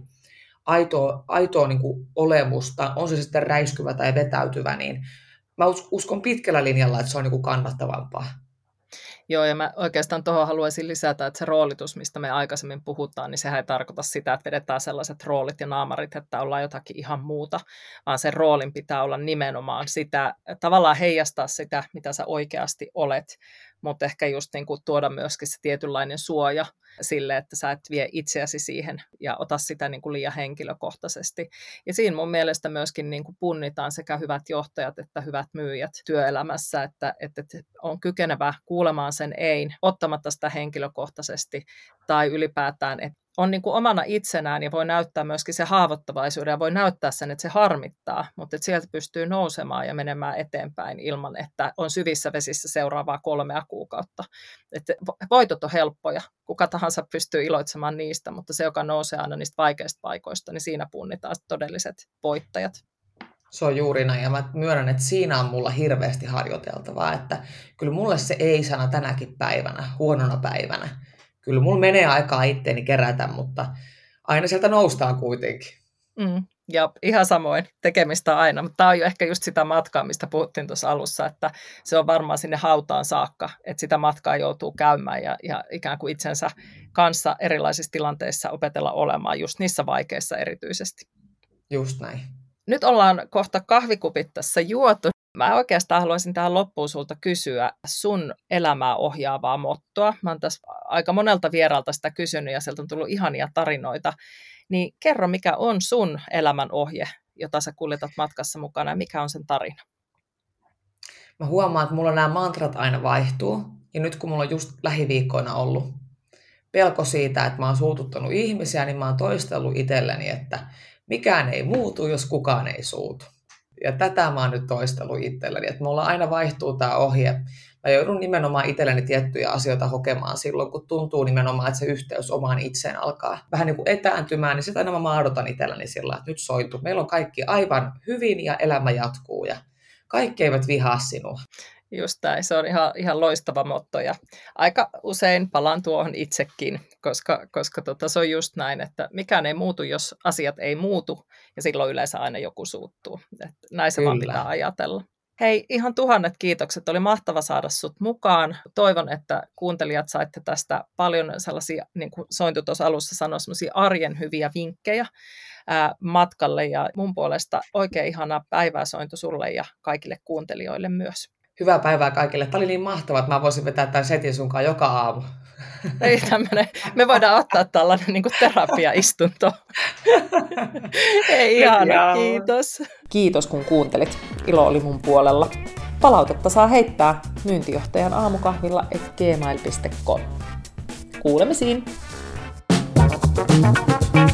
S2: aitoa niin kuin olemusta, on se sitten räiskyvä tai vetäytyvä, niin mä uskon pitkällä linjalla, että se on niin kuin kannattavampaa.
S1: Joo, ja mä oikeastaan tuohon haluaisin lisätä, että se roolitus, mistä me aikaisemmin puhutaan, niin sehän ei tarkoita sitä, että vedetään sellaiset roolit ja naamarit, että ollaan jotakin ihan muuta, vaan sen roolin pitää olla nimenomaan sitä, tavallaan heijastaa sitä, mitä sä oikeasti olet, mutta ehkä just niin kuin tuoda myöskin se tietynlainen suoja sille, että sä et vie itseäsi siihen ja ota sitä niin kuin liian henkilökohtaisesti. Ja siinä mun mielestä myöskin niin kuin punnitaan sekä hyvät johtajat että hyvät myyjät työelämässä, että on kykenevä kuulemaan sen ein, ottamatta sitä henkilökohtaisesti tai ylipäätään, että on niin kuin omana itsenään ja voi näyttää myöskin se haavoittavaisuuden ja voi näyttää sen, että se harmittaa, mutta että sieltä pystyy nousemaan ja menemään eteenpäin ilman, että on syvissä vesissä seuraavaa 3 kuukautta. Että voitot on helppoja, kuka tahansa pystyy iloitsemaan niistä, mutta se, joka nousee aina niistä vaikeista paikoista, niin siinä punnitaan todelliset voittajat.
S2: Se on juuri näin, ja mä myönnän, että siinä on mulla hirveästi harjoiteltavaa, että kyllä mulle se ei-sana tänäkin päivänä, huonona päivänä, kyllä mulla menee aikaa itteeni kerätä, mutta aina sieltä noustaan kuitenkin.
S1: Ja ihan samoin tekemistä aina, mutta tämä on jo ehkä just sitä matkaa, mistä puhuttiin tuossa alussa, että se on varmaan sinne hautaan saakka, että sitä matkaa joutuu käymään ja ikään kuin itsensä kanssa erilaisissa tilanteissa opetella olemaan just niissä vaikeissa erityisesti.
S2: Just näin.
S1: Nyt ollaan kohta kahvikupit tässä juotu. Mä oikeastaan haluaisin tähän loppuun sulta kysyä sun elämää ohjaavaa mottoa. Mä oon tässä aika monelta vieraalta sitä kysynyt ja sieltä on tullut ihania tarinoita. Niin kerro, mikä on sun elämän ohje, jota sä kuljetat matkassa mukana ja mikä on sen tarina?
S2: Mä huomaan, että mulla nämä mantrat aina vaihtuu. Ja nyt kun mulla on just lähiviikkoina ollut pelko siitä, että mä oon suututtanut ihmisiä, niin mä oon toistellut itselleni, että mikään ei muutu, jos kukaan ei suutu. Ja tätä mä oon nyt toistellut itselleni, että mulla aina vaihtuu tämä ohje. Mä joudun nimenomaan itselleni tiettyjä asioita hokemaan silloin, kun tuntuu nimenomaan, että se yhteys omaan itseen alkaa vähän niin kuin etääntymään, niin sitä aina mä maadotan itselleni sillä, että nyt soitu. Meillä on kaikki aivan hyvin ja elämä jatkuu ja kaikki eivät vihaa sinua.
S1: Just näin, se on ihan loistava motto ja aika usein palaan tuohon itsekin, koska se on just näin, että mikään ei muutu, jos asiat ei muutu ja silloin yleensä aina joku suuttuu. Että näin se vaan pitää ajatella. Hei, ihan 1000 kiitokset. Oli mahtava saada sut mukaan. Toivon, että kuuntelijat saitte tästä paljon sellaisia, niin kuin Sointu tuossa alussa sanoi, sellaisia arjen hyviä vinkkejä matkalle. Ja mun puolesta oikein ihanaa päivää Sointu sulle ja kaikille kuuntelijoille myös.
S2: Hyvää päivää kaikille. Tämä oli niin mahtavaa, että mä voisin vetää tämän setin sunkaan joka aamu.
S1: Ei me voidaan ottaa tällainen niin kuin terapiaistunto. Ei ihana, kiitos. Kiitos kun kuuntelit. Ilo oli mun puolella. Palautetta saa heittää myyntijohtajan aamukahvilla@gmail.com. Kuulemisiin!